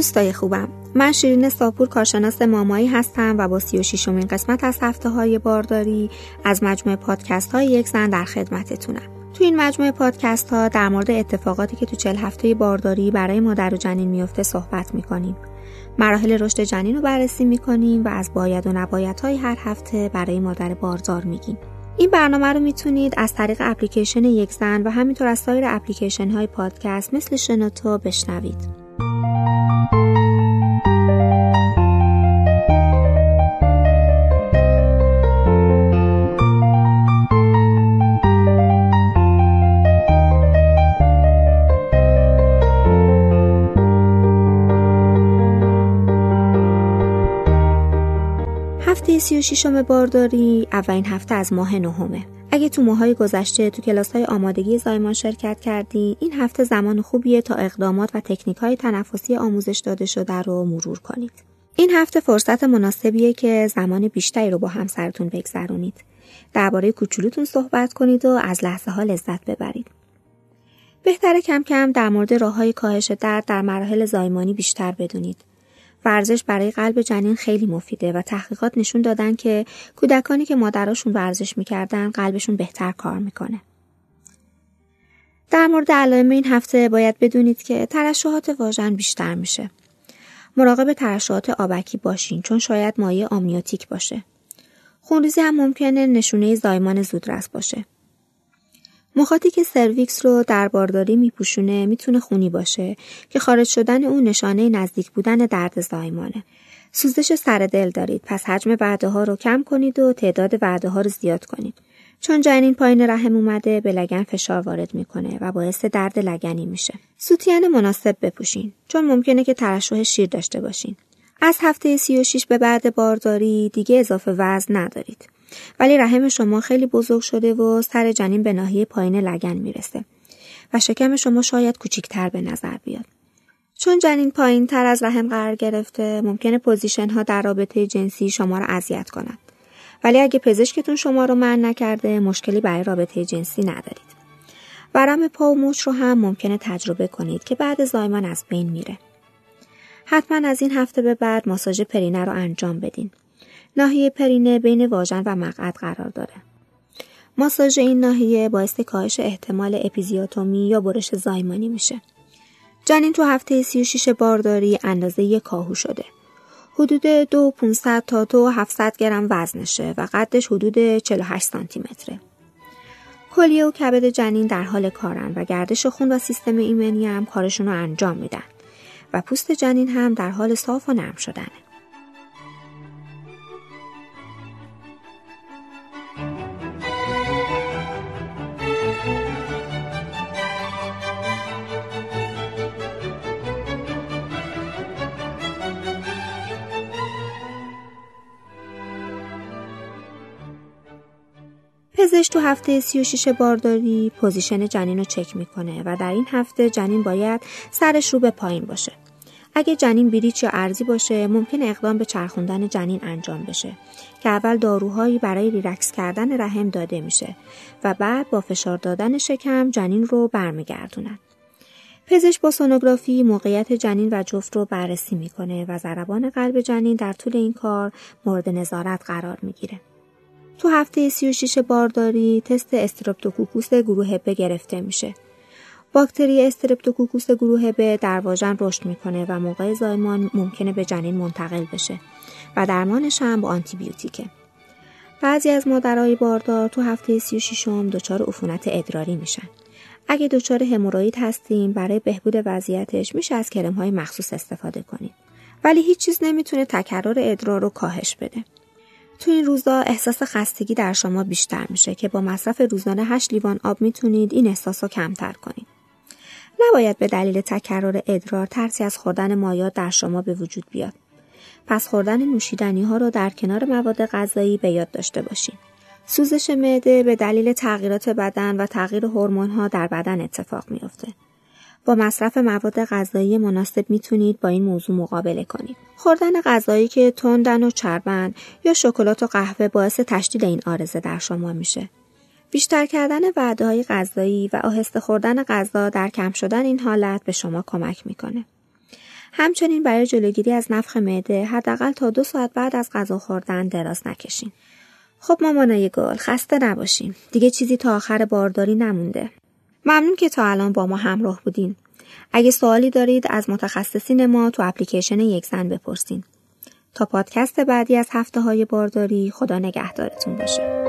دوستای خوبم، من شیرین ساپور کارشناس مامایی هستم و با 36مین قسمت از هفته‌های بارداری از مجموعه پادکست‌های یک زن در خدمتتونم. تو این مجموعه پادکست‌ها در مورد اتفاقاتی که تو 40 هفته بارداری برای مادر و جنین میفته صحبت می‌کنیم. مراحل رشد جنین رو بررسی می‌کنیم و از باید و نبایدهای هر هفته برای مادر باردار میگیم. این برنامه رو میتونید از طریق اپلیکیشن یک زن و همینطور از سایر اپلیکیشن‌های پادکست مثل شنوتو بشنوید. هفته 36 بارداری اولین هفته از ماه نهمه. اگه تو ماهای گذشته تو کلاس‌های آمادگی زایمان شرکت کردی، این هفته زمان خوبیه تا اقدامات و تکنیک‌های تنفسی آموزش داده شده رو مرور کنید. این هفته فرصت مناسبیه که زمان بیشتری رو با همسرتون بگذرونید. درباره کوچولوتون صحبت کنید و از لحظه‌ها لذت ببرید. بهتره کم کم در مورد راه‌های کاهش درد در مراحل زایمانی بیشتر بدونید. ورزش برای قلب جنین خیلی مفیده و تحقیقات نشون دادن که کودکانی که مادراشون ورزش میکردن قلبشون بهتر کار میکنه. در مورد علائم این هفته باید بدونید که ترشحات واژن بیشتر میشه. مراقب ترشحات آبکی باشین چون شاید مایع آمنیوتیک باشه. خونریزی هم ممکنه نشونه زایمان زودرس باشه. مخاطی که سرویکس رو در بارداری میپوشونه میتونه خونی باشه که خارج شدن اون نشانه نزدیک بودن درد زایمانه. سوزش سر دل دارید، پس حجم وعده ها رو کم کنید و تعداد وعده ها رو زیاد کنید. چون جنین پایین رحم اومده به لگن فشار وارد میکنه و باعث درد لگنی میشه. سوتین مناسب بپوشین چون ممکنه که ترشح شیر داشته باشین. از هفته 36 به بعد بارداری دیگه اضافه وزن ندارید. ولی رحم شما خیلی بزرگ شده و سر جنین به ناحیه پایین لگن میرسه و شکم شما شاید کوچیک‌تر به نظر بیاد. چون جنین پایین تر از رحم قرار گرفته ممکنه پوزیشن ها در رابطه جنسی شما رو اذیت کنند. ولی اگه پزشکتون شما رو منع نکرده مشکلی برای رابطه جنسی ندارید. ورم پا و مچ رو هم ممکنه تجربه کنید که بعد زایمان از بین میره. حتما از این هفته به بعد ماساژ پرینه رو انجام بدین. ناحیه پرینه بین واژن و مقعد قرار داره. ماساژ این ناحیه باعث کاهش احتمال اپیزیوتومی یا برش زایمانی میشه. جنین تو هفته 36 بارداری اندازه 1 کاهو شده. حدود 2500 تا 2700 گرم وزنشه و قدش حدود 48 سانتی متره. کلیه و کبد جنین در حال کارن و گردش خون و سیستم ایمنی هم کارشون رو انجام میدن و پوست جنین هم در حال صاف و نرم شدنه. پزشک تو هفته 36 بارداری پوزیشن جنین رو چک میکنه و در این هفته جنین باید سرش رو به پایین باشه. اگه جنین بریچ یا عرضی باشه ممکن اقدام به چرخوندن جنین انجام بشه که اول داروهایی برای ریلکس کردن رحم داده میشه و بعد با فشار دادن شکم جنین رو برمیگردونن. پزشک با سونوگرافی موقعیت جنین و جفت رو بررسی میکنه و ضربان قلب جنین در طول این کار مورد نظارت قرار میگیره. تو هفته 36 بارداری تست استرپتوکوکوس گروه ب گرفته میشه. باکتری استرپتوکوکوس گروه ب در واژن رشد میکنه و موقع زایمان ممکنه به جنین منتقل بشه و درمانش هم با آنتی بیوتیکه. بعضی از مادرای باردار تو هفته 36 دچار عفونت ادراری میشن. اگه دچار هموروئید هستیم برای بهبود وضعیتش میشه از کرم‌های مخصوص استفاده کنید. ولی هیچ چیز نمیتونه تکرار ادرار رو کاهش بده. تو این روزا احساس خستگی در شما بیشتر میشه که با مصرف روزانه 8 لیوان آب میتونید این احساس رو کمتر کنید. نباید به دلیل تکرار ادرار ترسی از خوردن مایعات در شما به وجود بیاد. پس خوردن نوشیدنی ها رو در کنار مواد غذایی به یاد داشته باشین. سوزش معده به دلیل تغییرات بدن و تغییر هورمون ها در بدن اتفاق میفته. با مصرف مواد غذایی مناسب میتونید با این موضوع مقابله کنید. خوردن غذایی که تندن و چربن یا شکلات و قهوه باعث تشدید این عارضه در شما میشه. بیشتر کردن وعده‌های غذایی و آهسته خوردن غذا در کم شدن این حالت به شما کمک میکنه. همچنین برای جلوگیری از نفخ معده حداقل تا 2 ساعت بعد از غذا خوردن دراز نکشین. خب مامانای گل، خسته نباشین. دیگه چیزی تا آخر بارداری نمونده. ممنون که تا الان با ما همراه بودین. اگه سوالی دارید از متخصصین ما تو اپلیکیشن یک زن بپرسین. تا پادکست بعدی از هفته‌های بارداری، خدا نگهدارتون باشه.